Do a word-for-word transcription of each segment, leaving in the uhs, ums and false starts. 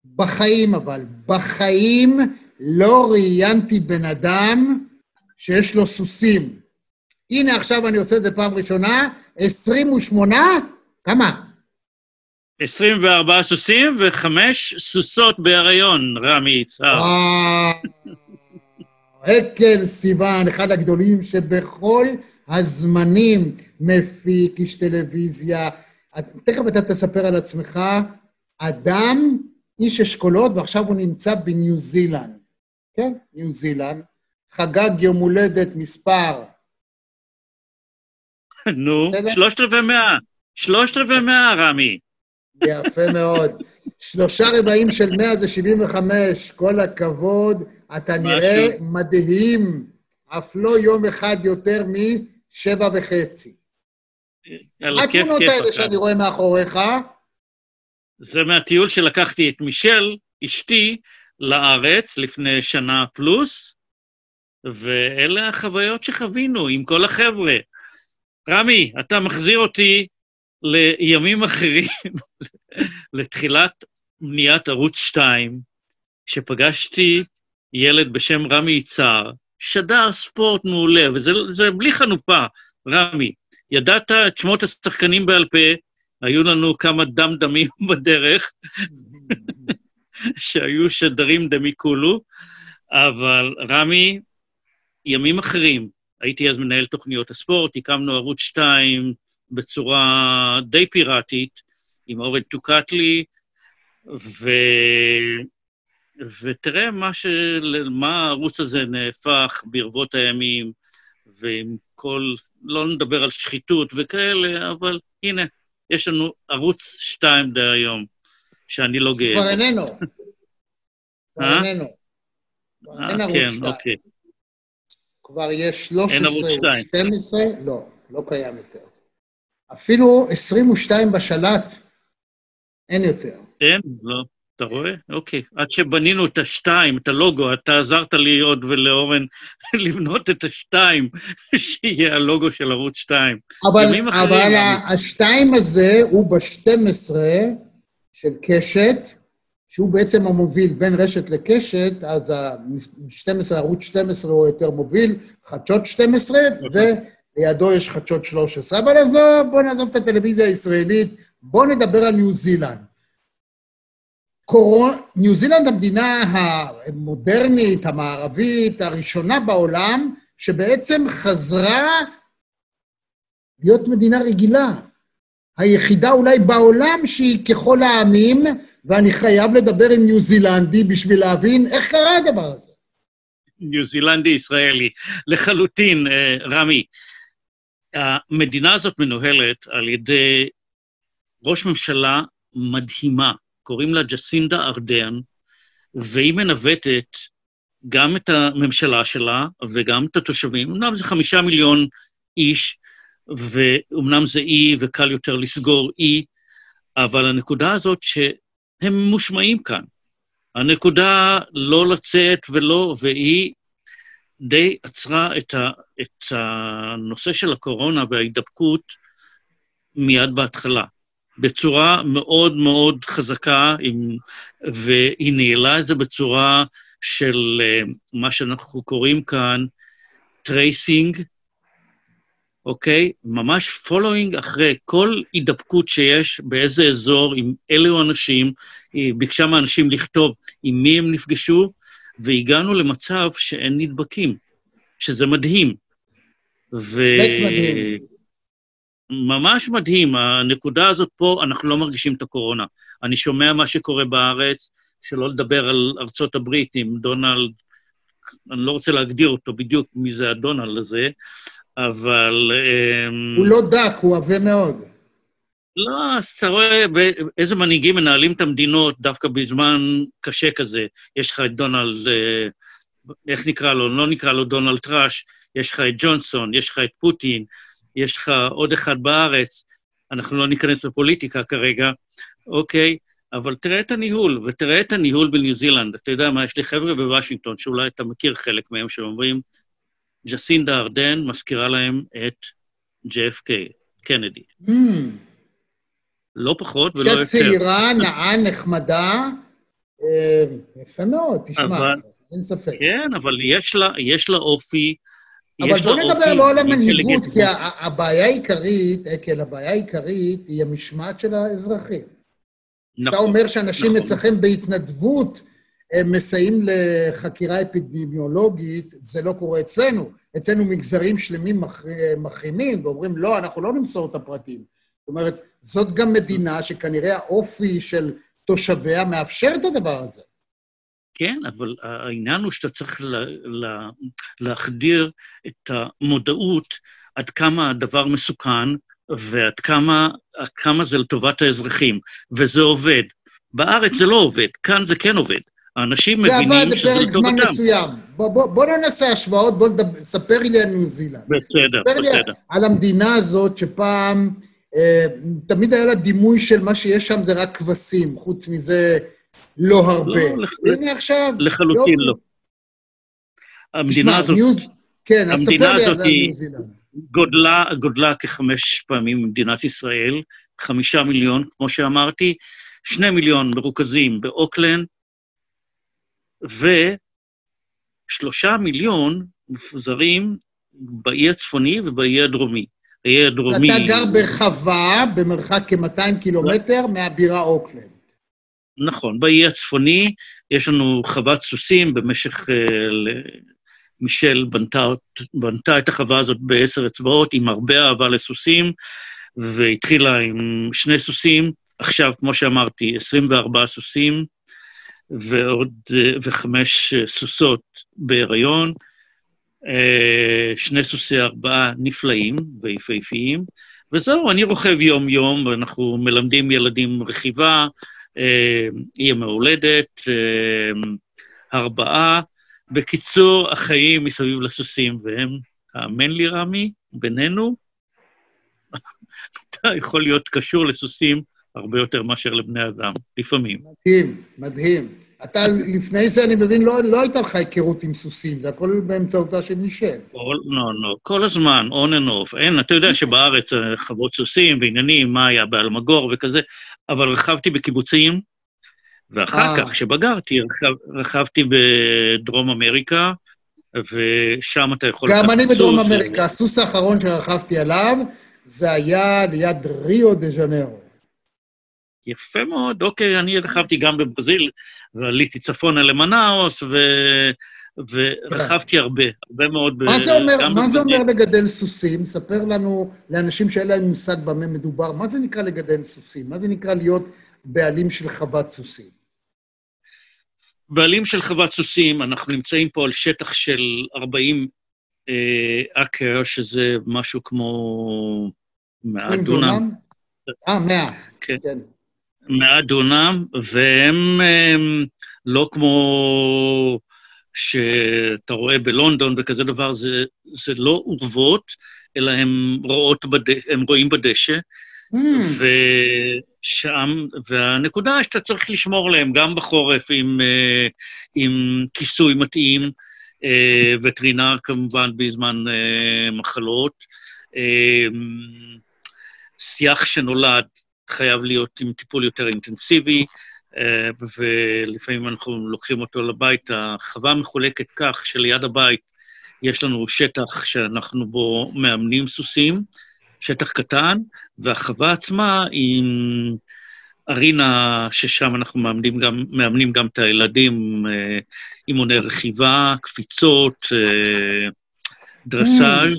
בחיים אבל, בחיים לא ראיינתי בן אדם שיש לו סוסים. הנה עכשיו אני עושה את זה פעם ראשונה, עשרים ושמונה, כמה? עשרים וארבעה סוסים וחמש סוסות בהיריון, רמי יצהר. וואו, הקל סיוון, אחד הגדולים שבכל הזמנים מפיק, איש טלוויזיה. תכף אתה תספר על עצמך, אדם, איש אשכולות, ועכשיו הוא נמצא בניו זילנד. כן, ניו זילנד. חגג יום הולדת מספר. נו, שלושת רבעי מאה. שלושת רבעי מאה, רמי. יפה מאוד. שלושה רבעים של מאה זה שבעים וחמש, כל הכבוד, אתה נראה מדהים, אף לא יום אחד יותר משבע וחצי. מה התמונות האלה שאני רואה מאחוריך? זה מהטיול שלקחתי את מישל, אשתי, לארץ לפני שנה פלוס, ואלה החוויות שחווינו עם כל החבר'ה. רמי, אתה מחזיר אותי לימים אחרים, לתחילת בניית ערוץ שתיים, שפגשתי ילד בשם רמי יצהר, שדר ספורט מעולה, וזה זה בלי חנופה, רמי. ידעת את שמות השחקנים בעל פה, היו לנו כמה דם דמים בדרך, שהיו שדרים דמיקולו, אבל רמי, ימים אחרים, הייתי אז מנהל תוכניות הספורט, הקמנו ערוץ שתיים בצורה די פיראטית, עם אורן טוקטלי, ו... ותראה מה, של... מה הערוץ הזה נהפך ברבות הימים, ועם כל, לא נדבר על שחיתות וכאלה, אבל הנה, יש לנו ערוץ שתיים די היום, שאני לא גאה. כבר איננו. כבר איננו. אין ערוץ שתיים. אוקיי. כבר יש שלוש עשרה ו-שתים עשרה, לא, לא קיים יותר. אפילו עשרים ושתיים בשלט, אין יותר. אין, לא, אתה רואה? אוקיי. עד שבנינו את השתיים, את הלוגו, אתה עזרת לי עוד ולאורן לבנות את השתיים, שיהיה הלוגו של ערוץ שתיים. אבל, אבל השתיים הזה הוא ב-שתים עשרה של קשת, שהוא בעצם המוביל בין רשת לקשת, אז ה-שתים עשרה, ערוץ שתים עשרה הוא יותר מוביל, חדשות שתים עשרה, ולידו יש חדשות שלוש עשרה. אבל עזוב, בוא נעזוב את הטלוויזיה הישראלית, בוא נדבר על ניו זילנד. קורונה, ניו זילנד המדינה המודרנית, המערבית, הראשונה בעולם, שבעצם חזרה להיות מדינה רגילה. היחידה אולי בעולם שהיא ככל העמים, ואני חייב לדבר עם ניו זילנדי בשביל להבין איך קרה הדבר הזה. ניו זילנדי ישראלי, לחלוטין, רמי. המדינה הזאת מנוהלת על ידי ראש ממשלה מדהימה, קוראים לה ג'סינדה ארדרן, והיא מנווטת גם את הממשלה שלה וגם את התושבים. אמנם זה חמישה מיליון איש, ואומנם זה אי וקל יותר לסגור אי, אבל הנקודה הזאת שהם מושמעים כאן. הנקודה לא לצאת ולא, והיא די עצרה את, ה, את הנושא של הקורונה וההידבקות מיד בהתחלה. בצורה מאוד מאוד חזקה, עם, והיא נעלה את זה בצורה של מה שאנחנו קוראים כאן, טרייסינג, אוקיי? ממש פולואינג אחרי כל הידבקות שיש באיזה אזור, עם אלו אנשים, היא ביקשה מאנשים לכתוב עם מי הם נפגשו, והגענו למצב שאין נדבקים, שזה מדהים. ו... בית מדהים. ממש מדהים, הנקודה הזאת פה, אנחנו לא מרגישים את הקורונה. אני שומע מה שקורה בארץ, שלא לדבר על ארצות הברית עם דונלד, אני לא רוצה להגדיר אותו בדיוק מי זה הדונלד הזה, אבל... הוא לא דק, הוא עבה מאוד. לא, אז אתה רואה איזה מנהיגים מנהלים את המדינות דווקא בזמן קשה כזה. יש לך את דונלד, איך נקרא לו? לא נקרא לו דונלד טראש, יש לך את ג'ונסון, יש לך את פוטין, יש לך עוד אחד בארץ, אנחנו לא ניכנס לפוליטיקה כרגע, אוקיי? אבל תראה את הניהול, ותראה את הניהול בניו זילנד. אתה יודע מה, יש לי חבר'ה בוושינגטון, שאולי אתה מכיר חלק מהם, שאומרים, ג'סינדה ארדן מזכירה להם את ג'י אף קיי, קנדי. Mm. לא פחות ולא יותר. שצעירה, נאה, נחמדה, יפה מאוד, תשמע, אין ספק. כן, אבל יש לה, יש לה אופי, אבל בוא נדבר לא על המנהיגות, כי הבעיה העיקרית, אקל, הבעיה העיקרית היא המשמעת של האזרחים. אתה אומר שאנשים אצלכם בהתנדבות מסייעים לחקירה אפידמיולוגית, זה לא קורה אצלנו. אצלנו מגזרים שלמים מחרימים, ואומרים, לא, אנחנו לא נמסור את הפרטים. זאת אומרת, זאת גם מדינה שכנראה האופי של תושביה מאפשר את הדבר הזה. כן, אבל העניין הוא שאתה צריך לה, להחדיר את המודעות עד כמה הדבר מסוכן, ועד כמה, עד כמה זה לטובת האזרחים, וזה עובד. בארץ זה לא עובד, כאן זה כן עובד. האנשים מבינים שזה לטובתם. זה עבד בפרק זמן מסוים. בוא, בוא, בוא לא נעשה השוואות, בוא נדבר, ספר לי על ניו זילנד. בסדר, ספר בסדר. לי על המדינה הזאת שפעם, אה, תמיד היה לה דימוי של מה שיש שם זה רק כבשים, חוץ מזה לא הרבה. לא, לח... הנה עכשיו, לחלוטין יופי. לא. המדינה שמה, הזאת... ניוז... כן, אז ספר לי על היא... ניו זילנד. גודלה, גודלה כחמש פעמים במדינת ישראל, חמישה מיליון, כמו שאמרתי, שני מיליון מרוכזים באוקלנד, ושלושה מיליון מפוזרים באי הצפוני ובאי הדרומי. האי הדרומי... אתה גר בחווה במרחק כ-מאתיים קילומטר מהבירה אוקלנד. נכון, באי הצפוני יש לנו חוות סוסים במשך... מישל בנתה, בנתה את החווה הזאת בעשר אצבעות, עם הרבה אהבה לסוסים, והתחילה עם שני סוסים, עכשיו, כמו שאמרתי, עשרים וארבעה סוסים, ועוד, וחמש סוסות בהיריון, שני סוסי ארבעה נפלאים ויפהפיים, וזהו, אני רוכב יום-יום, ואנחנו מלמדים ילדים רכיבה, היא המהולדת, ארבעה, בקיצור, החיים מסביב לסוסים, והם, האמן לי רמי, בינינו, אתה יכול להיות קשור לסוסים הרבה יותר מאשר לבני אדם, לפעמים. מדהים, מדהים. אתה, לפני זה, אני מבין, לא, לא הייתה לך היכרות עם סוסים, זה הכל באמצעותה של מישל. כל, לא, לא, כל הזמן, on and off. אין, אתה יודע שבארץ חוות סוסים ועניינים, מה היה באלמגור וכזה, אבל רכבתי בקיבוצים, ואחר כך, כשבגרתי, רכב, רכבתי בדרום אמריקה, ושם אתה יכול... גם אני בדרום אמריקה, הסוס האחרון שרכבתי עליו, זה היה ליד ריו דה ז'נרו. יפה מאוד, אוקיי, אני רכבתי גם בברזיל, ועליתי צפונה למנאוס, ו... ורכבתי הרבה, הרבה מאוד... מה זה אומר, מה זה אומר לגדל סוסים? ספר לנו, לאנשים שאין להם מושג במה מדובר, מה זה נקרא לגדל סוסים? מה זה נקרא להיות בעלים של חוות סוסים? בעלים של חוות סוסים, אנחנו נמצאים פה על שטח של ארבעים אקר, שזה משהו כמו מאה דונם. אה, מאה. כן. מאה דונם, והם לא כמו שאתה רואה בלונדון וכזה דבר, זה, זה לא אורוות, אלא הם, רואות בדשא, הם רואים בדשא, mm. ושם, והנקודה שאתה צריך לשמור להם, גם בחורף עם, עם כיסוי מתאים, וטרינר כמובן בזמן מחלות, שיח שנולד חייב להיות עם טיפול יותר אינטנסיבי, ולפעמים אנחנו לוקחים אותו לבית. החווה מחולקת כך שליד הבית יש לנו שטח שאנחנו בו מאמנים סוסים, שטח קטן, והחווה עצמה היא ארינה ששם אנחנו מאמנים גם, מאמנים גם את הילדים, אימוני רכיבה, קפיצות, דרסאז',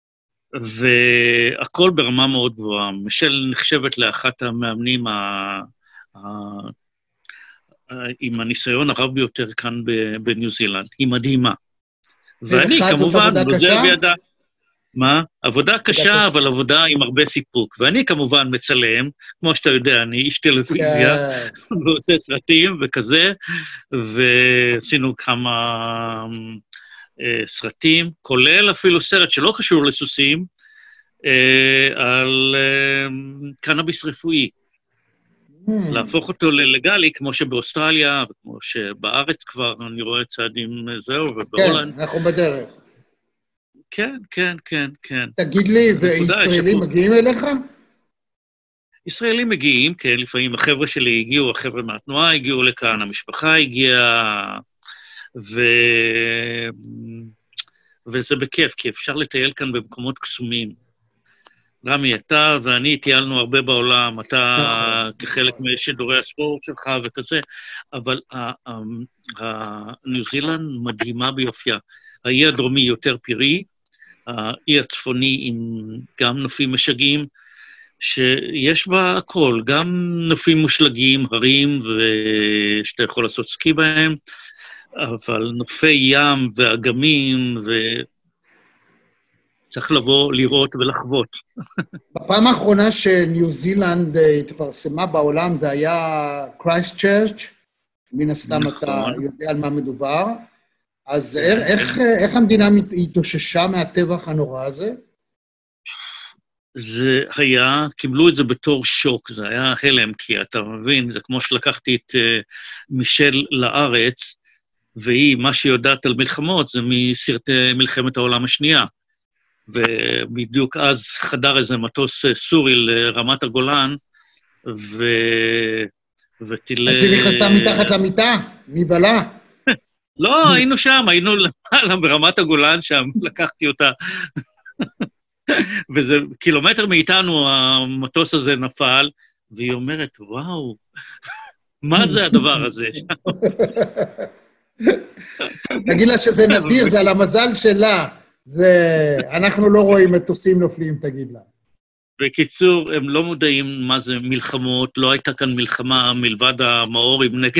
והכל ברמה מאוד גבוהה. מישל נחשבת לאחת המאמנים ה... ה... עם הניסיון הרב ביותר כאן בניו זילנד. היא מדהימה. ואני כמובן, וזה בידה... מה? עבודה קשה, אבל עבודה עם הרבה סיפוק. ואני כמובן מצלם, כמו שאתה יודע, אני איש טלוויזיה, ועושה סרטים וכזה, ועשינו כמה סרטים, כולל אפילו סרט שלא קשור לסוסים, על קנאביס רפואי. להפוך אותו ללגלי, כמו שבאוסטרליה, וכמו שבארץ כבר אני רואה צעדים זהו, ובהולנד. כן, אנחנו בדרך. כן, כן, כן, כן. תגיד לי, וישראלים מגיעים אליך? ישראלים מגיעים, כן, לפעמים החבר'ה שלי הגיעו, החבר'ה מהתנועה הגיעו לכאן, המשפחה הגיעה, ו... וזה בכיף, כי אפשר לטייל כאן במקומות קסומים. רמי, אתה ואני טיילנו הרבה בעולם, אתה נכון, כחלק נכון. משידורי הספורט שלך וכזה, אבל ניו זילנד מדהימה ביופייה. האי הדרומי יותר פירי, האי הצפוני עם גם נופים משגעים, שיש בה הכל, גם נופים מושלגים, הרים, ושאתה יכול לעשות סקי בהם, אבל נופי ים ואגמים, וצריך לבוא לראות ולחוות. בפעם האחרונה שניו זילנד התפרסמה בעולם, זה היה קרייסט צ'רץ', מן הסתם נכון. אתה יודע על מה מדובר. אז איך, איך, איך המדינה התאוששה מהטבח הנורא הזה? זה היה, קיבלו את זה בתור שוק, זה היה הלם, כי אתה מבין, זה כמו שלקחתי את uh, מישל לארץ, והיא, מה שהיא יודעת על מלחמות, זה מסרטי מלחמת העולם השנייה. ובדיוק אז חדר איזה מטוס סורי לרמת הגולן, ו... וטיל... אז היא נכנסה מתחת למיטה? מי בלה? לא, היינו שם, היינו למעלה ברמת הגולן שם, לקחתי אותה. וזה קילומטר מאיתנו, המטוס הזה נפל, והיא אומרת, וואו, מה זה הדבר הזה? תגיד לה שזה נדיר, זה על המזל שלה. זה... אנחנו לא רואים מטוסים נופלים, תגיד לה. בקיצור, הם לא מודעים מה זה מלחמות, לא הייתה כאן מלחמה מלבד המאורים נגד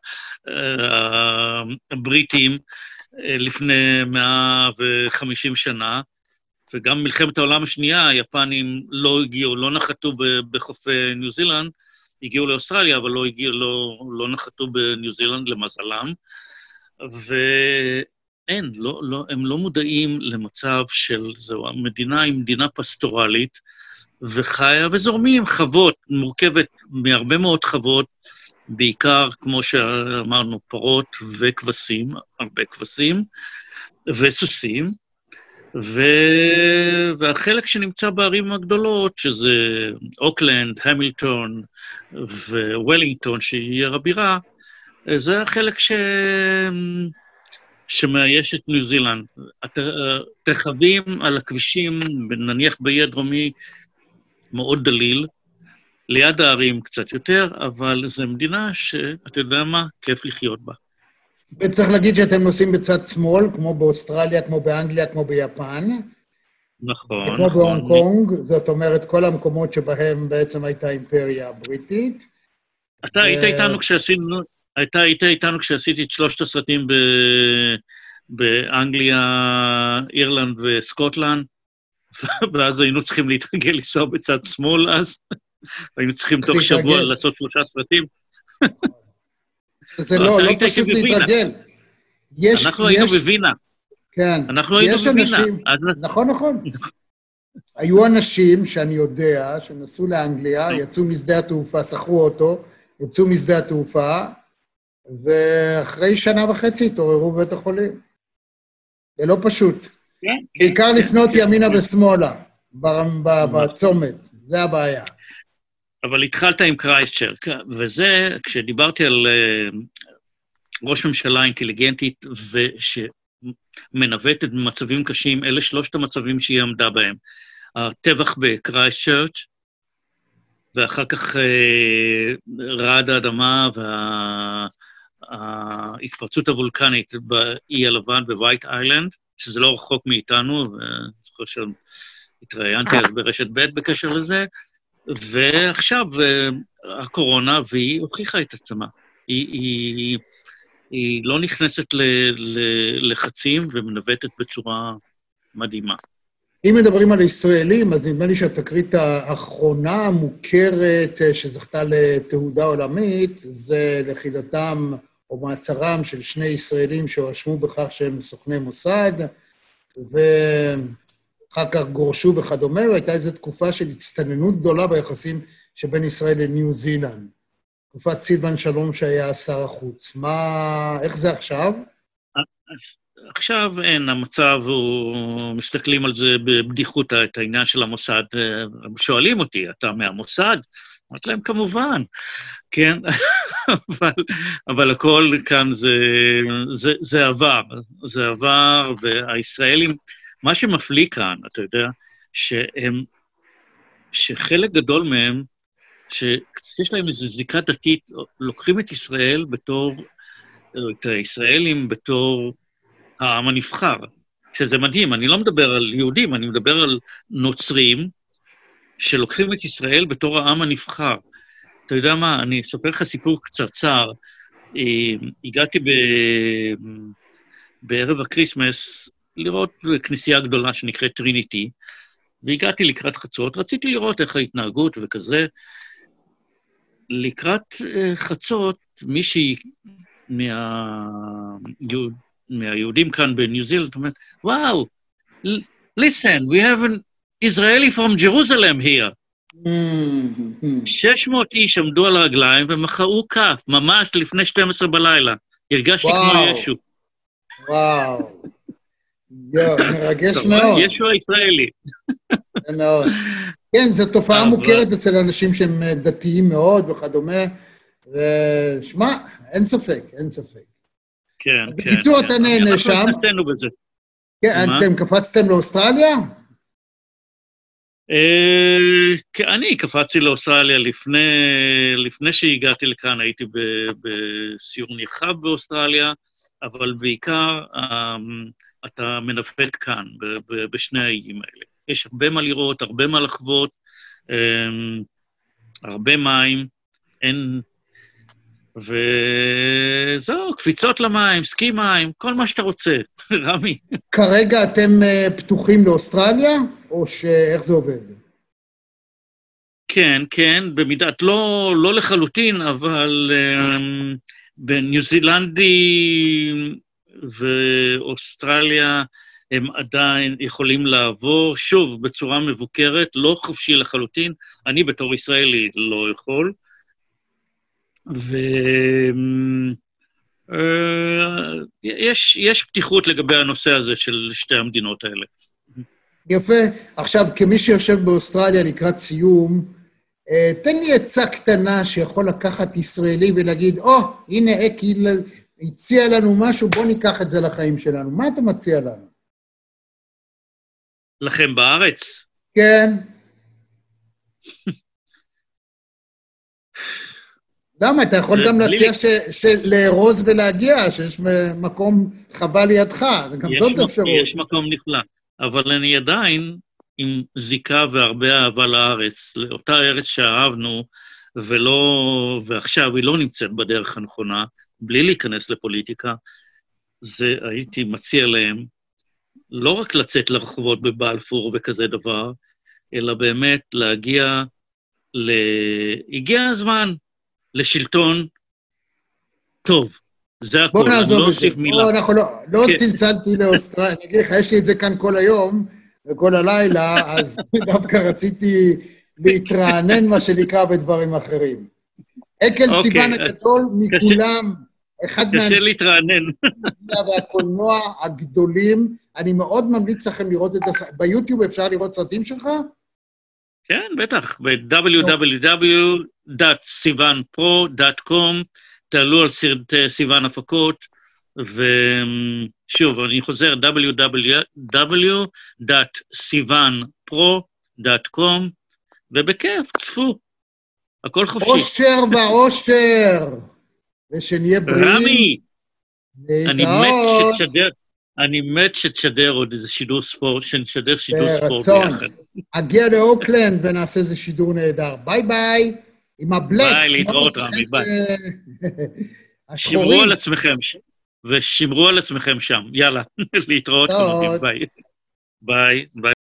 הבריטים לפני מאה וחמישים שנה, וגם מלחמת העולם השנייה, היפנים לא הגיעו, לא נחתו בחופי ניו זילנד, הגיעו לאוסטרליה, אבל לא הגיעו, לא, לא נחתו בניו זילנד למזלם, ואין, לא, לא, הם לא מודעים למצב של, זו, המדינה היא מדינה פסטורלית, וחיה וזורמים חוות, מורכבת מהרבה מאוד חוות, בעיקר, כמו שאמרנו, פרות וכבשים, הרבה כבשים, וסוסים, ו... והחלק שנמצא בערים הגדולות, שזה אוקלנד, המילטון ווולינגטון, שהיא הבירה, זה החלק ש... שמאייש את ניו זילנד. התרחבים על הכבישים, נניח באי הדרומי, מאוד דליל, ליד הערים קצת יותר, אבל זו מדינה שאתה יודע מה, כיף לחיות בה. וצריך להגיד שאתם נוסעים בצד שמאל, כמו באוסטרליה, כמו באנגליה, כמו ביפן. נכון, כמו נכון. בהונג קונג, זאת אומרת, כל המקומות שבהם בעצם הייתה האימפריה הבריטית. אתה היית איתנו כשעשינו, אתה היית איתנו כשעשיתי את שלושת הסרטים ב... באנגליה, אירלנד וסקוטלנד, ואז היינו צריכים להתרגל לנסוע בצד שמאל אז, היינו צריכים תוך שבוע לעשות שלושה סרטים. זה לא, לא פשוט להתרגל. אנחנו היינו בווינה. כן. אנחנו היינו בווינה. נכון, נכון. היו אנשים שאני יודע, שנסעו לאנגליה, יצאו משדה התעופה, שכרו אותו, יצאו משדה התעופה, ואחרי שנה וחצי התעוררו בבית החולים. זה לא פשוט. בעיקר לפנות ימינה ושמאלה, בצומת. זה הבעיה. אבל התחלת עם קרייסטצ'רץ', וזה, כשדיברתי על ראש ממשלה אינטליגנטית, ושמנווטת במצבים קשים, אלה שלושת המצבים שהיא עמדה בהם. הטבח בקרייסטצ'רץ', ואחר כך רעד האדמה, וההתפרצות הוולקנית באי הלבן, בווייט איילנד, שזה לא רחוק מאיתנו, ואני זוכר שהתראיינתי אז ברשת ב' בקשר לזה, ועכשיו הקורונה, והיא הוכיחה את עצמה. היא, היא, היא לא נכנסת ל, ל, לחצים ומנווטת בצורה מדהימה. אם מדברים על ישראלים, אז נדמה לי שהתקרית האחרונה המוכרת שזכתה לתהודה עולמית, זה לכידתם או מעצרם של שני ישראלים שהואשמו בכך שהם סוכני מוסד, ואחר כך גורשו וכדומה, והייתה איזו תקופה של הצטננות גדולה ביחסים שבין ישראל לניו זילנד. תקופת סילבן שלום שהיה שר החוץ. מה, איך זה עכשיו? עכשיו אין, המצב הוא, מסתכלים על זה בבדיחות, את העניין של המוסד, שואלים אותי, אתה מהמוסד? אמרתי להם, כמובן, כן, אבל, אבל הכל כאן זה, זה, זה עבר, זה עבר, והישראלים, מה שמפליא כאן, אתה יודע, שהם, שחלק גדול מהם, שיש להם איזו זיקה דתית, לוקחים את ישראל בתור, את הישראלים בתור העם הנבחר, שזה מדהים, אני לא מדבר על יהודים, אני מדבר על נוצרים, שלוקחים את ישראל בתור העם הנבחר. אתה יודע מה, אני אספר לך סיפור קצרצר, הגעתי ב... בערב הקריסמס לראות כנסייה גדולה שנקראת טריניטי, והגעתי לקראת חצות, רציתי לראות איך ההתנהגות וכזה, לקראת חצות, מישהי מה... מהיהודים כאן בניו זילנד, אומרת, וואו, listen, we have an Israeli from Jerusalem here. שש מאות איש עמדו על הרגליים ומחאו כף, ממש לפני שתים עשרה בלילה. הרגשתי כמו ישו. וואו. יו, מרגש מאוד. ישו הישראלי. מאוד. כן, זו תופעה מוכרת אצל אנשים שהם דתיים מאוד וכדומה, ושמע, אין ספק, אין ספק. כן, כן. בקיצור, אתה נהנה שם. אנחנו נתנו בזה. כן, אתם קפצתם לאוסטרליה? אני קפצתי לאוסטרליה לפני שהגעתי לכאן, הייתי בסיור נרחב באוסטרליה, אבל בעיקר אתה מנווט כאן, בשני האיים האלה. יש הרבה מה לראות, הרבה מה לחוות, הרבה מים, אין... וזהו, קפיצות למים, סקי מים, כל מה שאתה רוצה, רמי. כרגע אתם פתוחים לאוסטרליה, או שאיך זה עובד? כן, כן, במידת, לא, לא לחלוטין, אבל um, בניו זילנדי ואוסטרליה הם עדיין יכולים לעבור, שוב, בצורה מבוקרת, לא חופשי לחלוטין, אני בתור ישראלי לא יכול, ויש יש פתיחות לגבי הנושא הזה של שתי המדינות האלה. יפה. עכשיו, כמי שיושב באוסטרליה לקראת סיום, תן לי עצה קטנה שיכול לקחת ישראלי ולהגיד, או, oh, הנה אקי הציע לנו משהו, בוא ניקח את זה לחיים שלנו. מה אתה מציע לנו? לכם בארץ? כן. למה? אתה יכול גם להציע לארוז ולהגיע, שיש מקום חבל לידך, זה גם זאת אפשרות. יש מקום נפלא, אבל אני עדיין עם זיקה והרבה אהבה לארץ, לאותה ארץ שאהבנו, ולא, ועכשיו היא לא נמצאת בדרך הנכונה, בלי להיכנס לפוליטיקה, זה הייתי מציע להם, לא רק לצאת לרחובות בבלפור וכזה דבר, אלא באמת להגיע, ל... הגיע הזמן, לשלטון טוב. זה הכל. בוא נעזוב את זה. בוא, אנחנו לא, לא צלצלתי לאוסטרליה, אני אגיד לך, יש לי את זה כאן כל היום, וכל הלילה, אז דווקא רציתי להתרענן מה שנקרא בדברים אחרים. אקל סיוון הגדול מכולם, אחד מהאנשי... קשה להתרענן. והקולנוע הגדולים, אני מאוד ממליץ לכם לראות את זה. ביוטיוב אפשר לראות סרטים שלך? כן, בטח, ב-דאבליו דאבליו דאבליו דוט סיוון פרו דוט קום, תעלו על סרט סיוון הפקות, ושוב, אני חוזר, דאבליו דאבליו דאבליו דוט סיוון פרו דוט קום, ובכיף, צפו, הכל חופשי. אושר ואושר, ושנהיה בריאים. רמי, אני מת שתשדר, אני מת שתשדר עוד איזה שידור ספורט, שנשדר שידור ספורט ביחד. אגיע לאוקלנד ונעשה איזה שידור נהדר. ביי ביי, עם הבלקס. ביי, להתראות רמי, ביי. שמרו על עצמכם, ושמרו על עצמכם שם. יאללה, להתראות רמי, ביי. ביי, ביי.